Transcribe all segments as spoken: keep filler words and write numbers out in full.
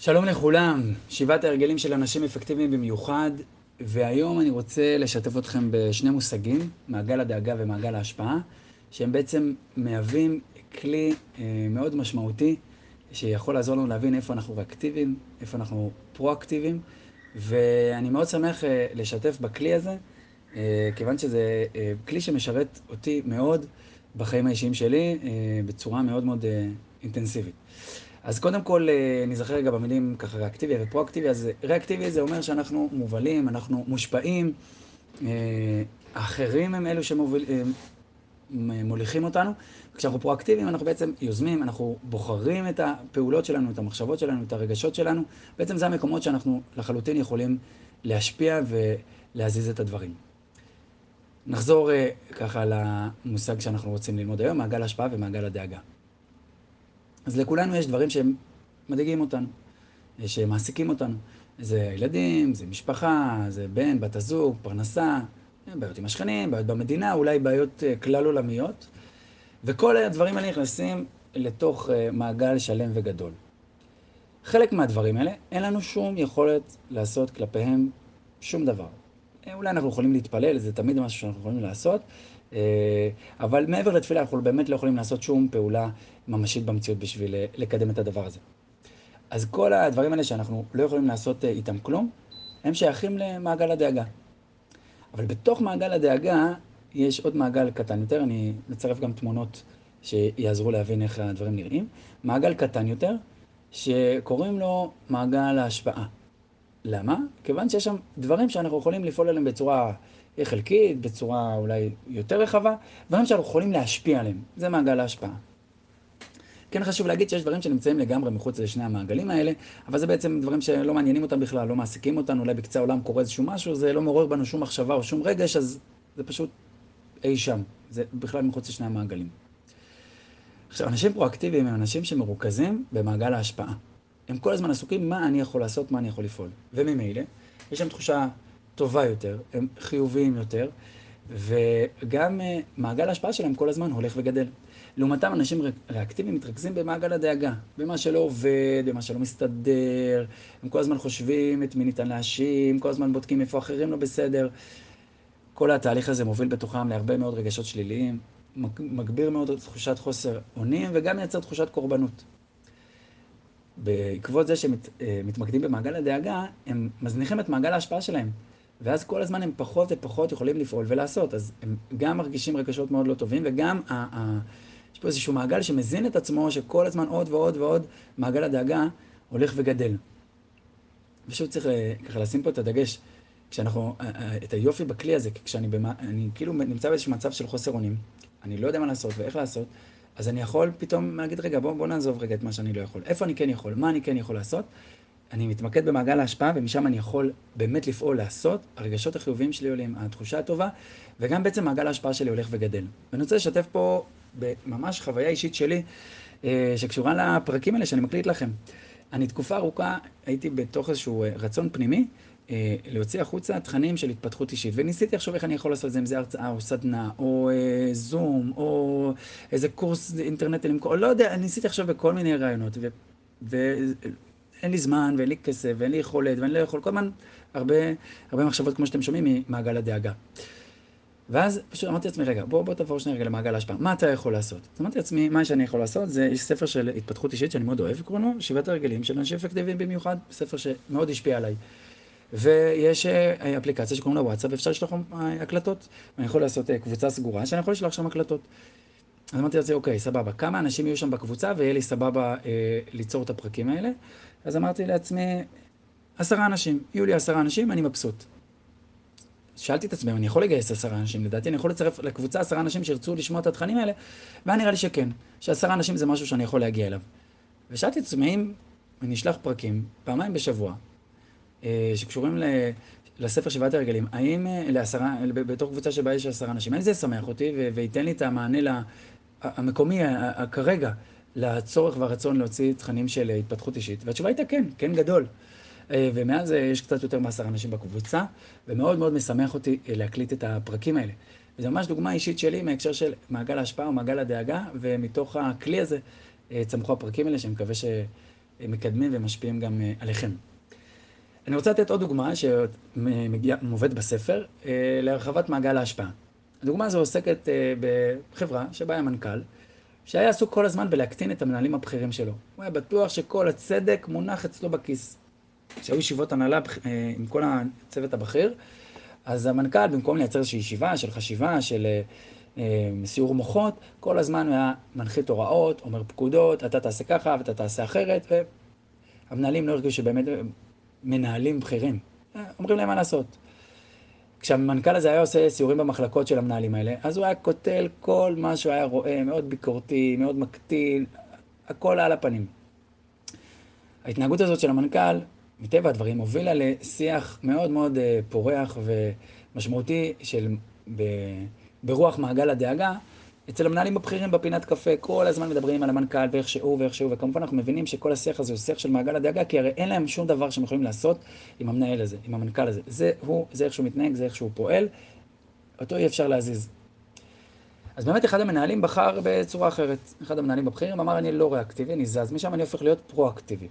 שלום לכולם, שבעת ההרגלים של אנשים אפקטיביים במיוחד, והיום אני רוצה לשתף אתכם בשני מושגים, מעגל הדאגה ומעגל ההשפעה, שהם בעצם מהווים כלי אה, מאוד משמעותי, שיכול לעזור לנו להבין איפה אנחנו ריאקטיביים, איפה אנחנו פרואקטיביים, ואני מאוד שמח אה, לשתף בכלי הזה, אה, כיוון שזה אה, כלי שמשרת אותי מאוד בחיים האישיים שלי, אה, בצורה מאוד מאוד אה, אינטנסיבית. אז קודם כל, נזכר רגע במילים ככה ריאקטיבי ופרואקטיבי. אז ריאקטיבי זה אומר שאנחנו מובלים, אנחנו מושפעים, האחרים הם אלו שמוליכים אותנו. כשאנחנו פרואקטיביים אנחנו בעצם יוזמים, אנחנו בוחרים את הפעולות שלנו, את המחשבות שלנו, את הרגשות שלנו. בעצם זה המקומות שאנחנו לחלוטין יכולים להשפיע ולהזיז את הדברים. נחזור ככה למושג שאנחנו רוצים ללמוד היום, מעגל ההשפעה ומעגל הדאגה. אז לכולנו יש דברים שהם מדאיגים אותנו, שמעסיקים אותנו. זה ילדים, זה משפחה, זה בן, בת הזוג, פרנסה, בעיות עם השכנים, בעיות במדינה, אולי בעיות כלל עולמיות. וכל הדברים האלה נכנסים לתוך מעגל שלם וגדול. חלק מהדברים האלה, אין לנו שום יכולת לעשות כלפיהם שום דבר. אולי אנחנו יכולים להתפלל, זה תמיד משהו שאנחנו יכולים לעשות, אבל מעבר לתפילה אנחנו באמת לא יכולים לעשות שום פעולה ממשית במציאות בשביל לקדם את הדבר הזה. אז כל הדברים האלה שאנחנו לא יכולים לעשות איתם כלום, הם שייכים למעגל הדאגה. אבל בתוך מעגל הדאגה יש עוד מעגל קטן יותר, אני מצרף גם תמונות שיעזרו להבין איך הדברים נראים. מעגל קטן יותר, שקוראים לו מעגל ההשפעה. למה? כיוון שיש שם דברים שאנחנו יכולים לפעול עליהם בצורה חלקית, בצורה אולי יותר רחבה, דברים שאנחנו יכולים להשפיע עליהם. זה מעגל ההשפעה. כן חשוב להגיד שיש דברים שנמצאים לגמרי מחוץ לשני המעגלים האלה, אבל זה בעצם דברים שלא מעניינים אותם בכלל, לא מעסיקים אותנו, אולי בקצה העולם קורה איזשהו משהו, זה לא מעורר בנו שום מחשבה או שום רגש, אז זה פשוט אי שם. זה בכלל מחוץ לשני המעגלים. עכשיו, אנשים פרואקטיביים הם אנשים שמרוכזים במעגל ההשפעה. הם כל הזמן עסוקים מה אני יכול לעשות, מה אני יכול לפעול. וממילא, יש להם תחושה טובה יותר, הם חיוביים יותר, וגם uh, מעגל ההשפעה שלהם כל הזמן הולך וגדל. לעומתם, אנשים ריאקטיביים מתרכזים במעגל הדאגה, במה שלא עובד, במה שלא מסתדר, הם כל הזמן חושבים את מי ניתן להאשים, כל הזמן בודקים איפה אחרים לא בסדר. כל התהליך הזה מוביל בתוכם להרבה מאוד רגשות שליליים, מגביר מאוד את תחושת חוסר אונים, וגם מייצר תחושת קורבנות. בעקבות זה שמתמקדים במעגל הדאגה, הם מזניחים את מעגל ההשפעה שלהם. ואז כל הזמן הם פחות ופחות יכולים לפעול ולעשות. אז הם גם מרגישים רגשות מאוד לא טובים, וגם ה- ה- יש פה איזשהו מעגל שמזין את עצמו, שכל הזמן עוד ועוד ועוד מעגל הדאגה הולך וגדל. פשוט צריך ככה לשים פה את הדגש, כשאנחנו, את היופי בכלי הזה, כשאני במה, אני כאילו נמצא באיזשהו מצב של חוסר אונים, אני לא יודע מה לעשות ואיך לעשות, אז אני יכול פתאום להגיד, רגע, בוא, בוא נעזוב רגע את מה שאני לא יכול. איפה אני כן יכול? מה אני כן יכול לעשות? אני מתמקד במעגל ההשפעה, ומשם אני יכול באמת לפעול, לעשות. הרגשות החיוביים שלי עולים, התחושה הטובה, וגם בעצם מעגל ההשפעה שלי הולך וגדל. ואני רוצה לשתף פה בממש חוויה אישית שלי, שקשורה לפרקים האלה שאני מקליט לכם. אני תקופה ארוכה הייתי בתוך איזשהו רצון פנימי, להוציא החוצה תכנים של התפתחות אישית, וניסיתי לחשוב איך אני יכול לעשות את זה, אם זה הרצאה או סדנה, או זום, או איזה קורס אינטרנטי למכור, או לא יודע, ניסיתי לחשוב בכל מיני רעיונות, ו... ואין לי זמן, ואין לי כסף, ואין לי יכולת, ואני לא יכול, כל הזמן הרבה, הרבה מחשבות, כמו שאתם שומעים, ממעגל הדאגה. ואז פשוט אמרתי לעצמי, רגע, בוא, בוא תעבור שני רגע למעגל ההשפעה. מה אתה יכול לעשות? אז אמרתי לעצמי, מה שאני יכול לעשות? זה, יש ספר של התפתחות אישית שאני מאוד אוהב, קוראים לו שבעת הרגלים של אנשים אפקטיביים במיוחד, ספר שמאוד השפיע עליי. ויש אפליקציה שקוראים לה וואטסאפ, ואפשר לשלוח הקלטות. ואני יכול לעשות קבוצה סגורה, שאני יכול לשלוח שם הקלטות. אז אמרתי לעצמי, אוקיי, סבבה, כמה אנשים יהיו שם בקבוצה, ויהיה לי סבבה אה, ליצור את הפרקים האלה. אז אמרתי לעצמי, עשרה אנשים, יהיו לי עשרה אנשים, אני מבסוט. שאלתי את עצמי, אני יכול לגייס עשרה אנשים, לדעתי אני יכול לצרף לקבוצה עשרה אנשים שירצו לשמוע את התכנים האלה, והיה נראה לי שכן, שעשרה אנשים זה משהו שאני יכול להגיע אליו. ושאלתי את עצמי, אם אני אשלח פרקים, פעמיים בשבוע, שקשורים לספר שבעת הרגלים, האם לעשרה, בתור קבוצה שבה יש עשרה אנשים, האם זה ישמח אותי וייתן לי את המענה המקומי כרגע לצורך והרצון להוציא תכנים של התפתחות אישית? והתשובה הייתה כן, כן גדול. ומאז יש קצת יותר מעשרה אנשים בקבוצה, ומאוד מאוד משמח אותי להקליט את הפרקים האלה. וזו ממש דוגמה אישית שלי מהקשר של מעגל ההשפעה או מעגל הדאגה, ומתוך הכלי הזה צמחו הפרקים האלה, שאני מקווה מקדמים ומשפיעים גם עליכם. אני רוצה לתת עוד דוגמה שמובאת בספר להרחבת מעגל ההשפעה. הדוגמה הזו עוסקת בחברה שבה היה מנכ"ל, שהיה עסוק כל הזמן בלהקטין את המנהלים הבכירים שלו. הוא היה בטוח שכל הצדק מונח אצלו בכיס. כשהיו ישיבות הנהלה עם כל הצוות הבכיר, אז המנכ"ל, במקום לייצר איזושהי ישיבה של חשיבה, של סיור מוחות, כל הזמן הוא היה מנחית הוראות, אומר פקודות, אתה תעשה ככה ואתה תעשה אחרת, והמנהלים לא הרגשו שבאמת מנהלים בכירים. אומרים להם מה לעשות. כשהמנכ"ל הזה היה עושה סיורים במחלקות של המנהלים האלה, אז הוא היה כותל כל מה שהוא היה רואה, מאוד ביקורתי, מאוד מקטיל, הכל על הפנים. ההתנהגות הזאת של המנכ"ל, מטבע הדברים, הובילה לשיח מאוד מאוד פורח ומשמעותי של, ב, ברוח מעגל הדאגה, אצל המנהלים הבכירים בפינת קפה, כל הזמן מדברים על המנכ"ל ואיך שהוא ואיך שהוא, וכמובן אנחנו מבינים שכל השיח הזה הוא שיח של מעגל הדאגה, כי הרי אין להם שום דבר שהם יכולים לעשות עם המנהל הזה, עם המנכ"ל הזה. זה הוא, זה איך שהוא מתנהג, זה איך שהוא פועל, אותו אי אפשר להזיז. אז באמת אחד המנהלים בחר בצורה אחרת. אחד המנהלים הבכירים אמר, אני לא ריאקטיבי, אני זז, משם אני הופך להיות פרואקטיבי.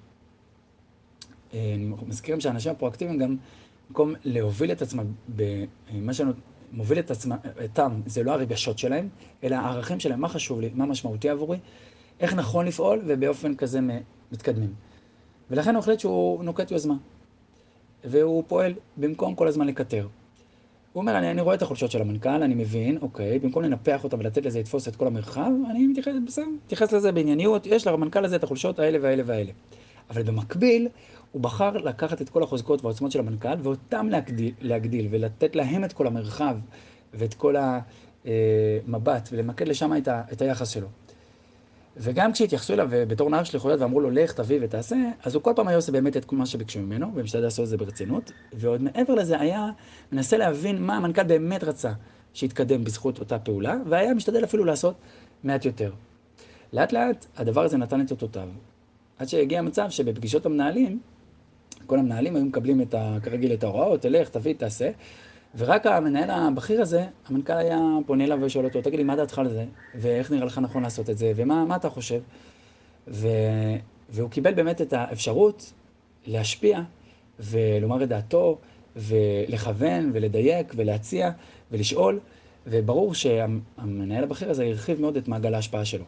אנחנו מזכירים שהאנשים הפרואקטיביים גם, במקום להוביל את עצמם, במה שמוביל את עצמם, זה לא הרגשות שלהם, אלא הערכים שלהם, מה חשוב לי, מה משמעותי עבורי, איך נכון לפעול, ובאופן כזה מתקדמים. ולכן הוא החליט שהוא נוקט יוזמה, והוא פועל במקום כל הזמן לקטר. הוא אומר, אני, אני רואה את החולשות של המנכ"ל, אני מבין, אוקיי, במקום לנפח אותם ולתת לזה לתפוס את כל המרחב, אני מתייחס, בסדר, מתייחס לזה בענייניות, יש למנכ"ל הזה את החולשות האלה והאלה והאלה. אבל במקביל, הוא בחר לקחת את כל החוזקות והעוצמות של המנכ"ל, ואותם להגדיל, להגדיל ולתת להם את כל המרחב ואת כל המבט, ולמקד לשם את, ה, את היחס שלו. וגם כשהתייחסו אליו בתור נער שליחויות ואמרו לו, לך, תביא ותעשה, אז הוא כל פעם היה עושה באמת את כל מה שביקשו ממנו, ומשתדל לעשות את זה ברצינות, ועוד מעבר לזה היה מנסה להבין מה המנכ"ל באמת רצה שיתקדם בזכות אותה פעולה, והיה משתדל אפילו לעשות מעט יותר. לאט לאט הדבר הזה נתן את אותותיו. עד שהגיע המצב שבפגישות המנהלים, כל המנהלים היו מקבלים את ה, כרגיל את ההוראות, תלך, תביא, תעשה, ורק המנהל הבכיר הזה, המנכ"ל היה פונה אליו ושואל אותו, תגיד לי, מה דעתך על זה? ואיך נראה לך נכון לעשות את זה? ומה מה אתה חושב? ו... והוא קיבל באמת את האפשרות להשפיע ולומר את דעתו, ולכוון ולדייק ולהציע ולשאול, וברור שהמנהל הבכיר הזה הרחיב מאוד את מעגל ההשפעה שלו.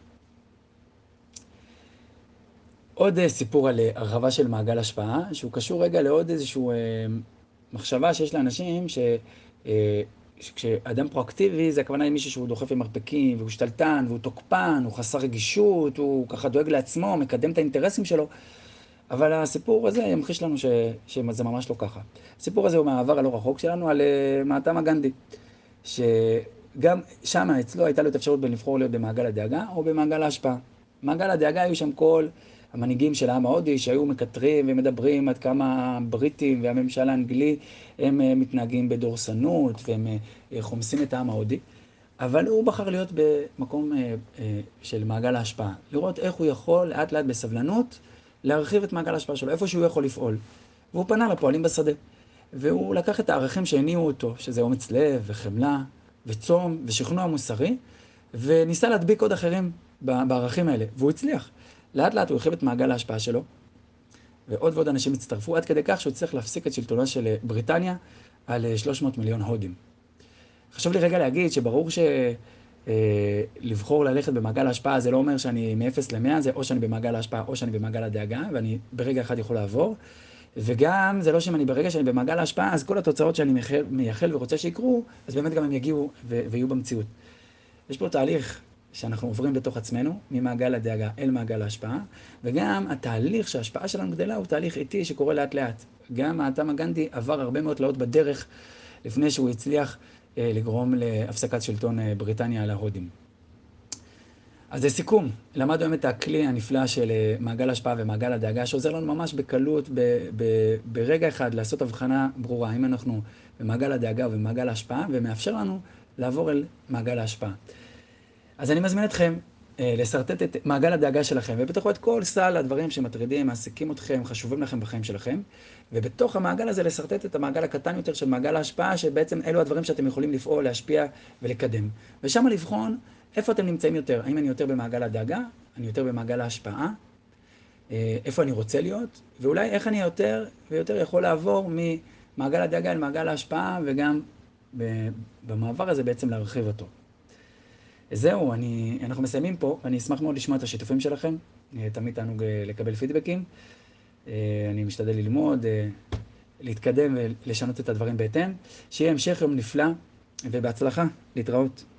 עוד סיפור על הרחבה של מעגל השפעה, שהוא קשור רגע לעוד איזשהו אה, מחשבה שיש לאנשים, ש, אה, שכשאדם פרואקטיבי, זה הכוונה עם מישהו שהוא דוחף עם מרפקים, והוא שתלטן, והוא תוקפן, הוא חסר רגישות, הוא ככה דואג לעצמו, מקדם את האינטרסים שלו, אבל הסיפור הזה ימחיש לנו ש, שזה ממש לא ככה. הסיפור הזה הוא מהעבר הלא רחוק שלנו על uh, מהטמה גנדי, שגם שם אצלו הייתה לו את האפשרות בין לבחור להיות במעגל הדאגה או במעגל ההשפעה. מעגל הדאגה היו שם כל המנהיגים של העם ההודי שהיו מקטרים ומדברים עד כמה הבריטים והממשל האנגלי הם מתנהגים בדורסנות והם חומסים את העם ההודי. אבל הוא בחר להיות במקום של מעגל ההשפעה. לראות איך הוא יכול לאט לאט בסבלנות להרחיב את מעגל ההשפעה שלו, איפה שהוא יכול לפעול. והוא פנה לפועלים בשדה. והוא לקח את הערכים שהניעו אותו, שזה אומץ לב וחמלה וצום ושכנוע מוסרי, וניסה להדביק עוד אחרים בערכים האלה. והוא הצליח. לאט לאט הוא הרחיב את מעגל ההשפעה שלו, ועוד ועוד אנשים הצטרפו, עד כדי כך שהוא צריך להפסיק את שלטונה של בריטניה על שלוש מאות מיליון הודים. חשוב לי רגע להגיד שברור שלבחור ללכת במעגל ההשפעה זה לא אומר שאני מ-אפס ל-מאה, זה או שאני במעגל ההשפעה או שאני במעגל הדאגה, ואני ברגע אחד יכול לעבור. וגם זה לא שאם אני ברגע שאני במעגל ההשפעה, אז כל התוצאות שאני מייחל ורוצה שיקרו, אז באמת גם הם יגיעו ויהיו במציאות. יש פה תהליך שאנחנו עוברים בתוך עצמנו, ממעגל הדאגה אל מעגל ההשפעה, וגם התהליך שההשפעה שלנו גדלה הוא תהליך איטי שקורה לאט לאט. גם מהטמה גנדי עבר הרבה מאוד תלאות בדרך לפני שהוא הצליח אה, לגרום להפסקת שלטון אה, בריטניה על ההודים. אז לסיכום, למדנו היום את הכלי הנפלא של אה, מעגל ההשפעה ומעגל הדאגה, שעוזר לנו ממש בקלות, ב, ב, ברגע אחד לעשות הבחנה ברורה, אם אנחנו במעגל הדאגה ובמעגל ההשפעה, ומאפשר לנו לעבור אל מעגל ההשפעה. אז אני מזמין אתכם אה, לסרטט את מעגל הדאגה שלכם, ובתוכו את כל סל הדברים שמטרידים, מעסיקים אתכם, חשובים לכם בחיים שלכם, ובתוך המעגל הזה לסרטט את המעגל הקטן יותר של מעגל ההשפעה, שבעצם אלו הדברים שאתם יכולים לפעול, להשפיע ולקדם. ושם לבחון איפה אתם נמצאים יותר, האם אני יותר במעגל הדאגה, אני יותר במעגל ההשפעה, איפה אני רוצה להיות, ואולי איך אני יותר ויותר יכול לעבור ממעגל הדאגה אל מעגל ההשפעה, וגם במעבר הזה בעצם להרחיב אותו. זהו, אני, אנחנו מסיימים פה, ואני אשמח מאוד לשמוע את השיתופים שלכם. תמיד תענוג לקבל פידבקים. אני משתדל ללמוד, להתקדם ולשנות את הדברים בהתאם. שיהיה המשך יום נפלא, ובהצלחה, להתראות.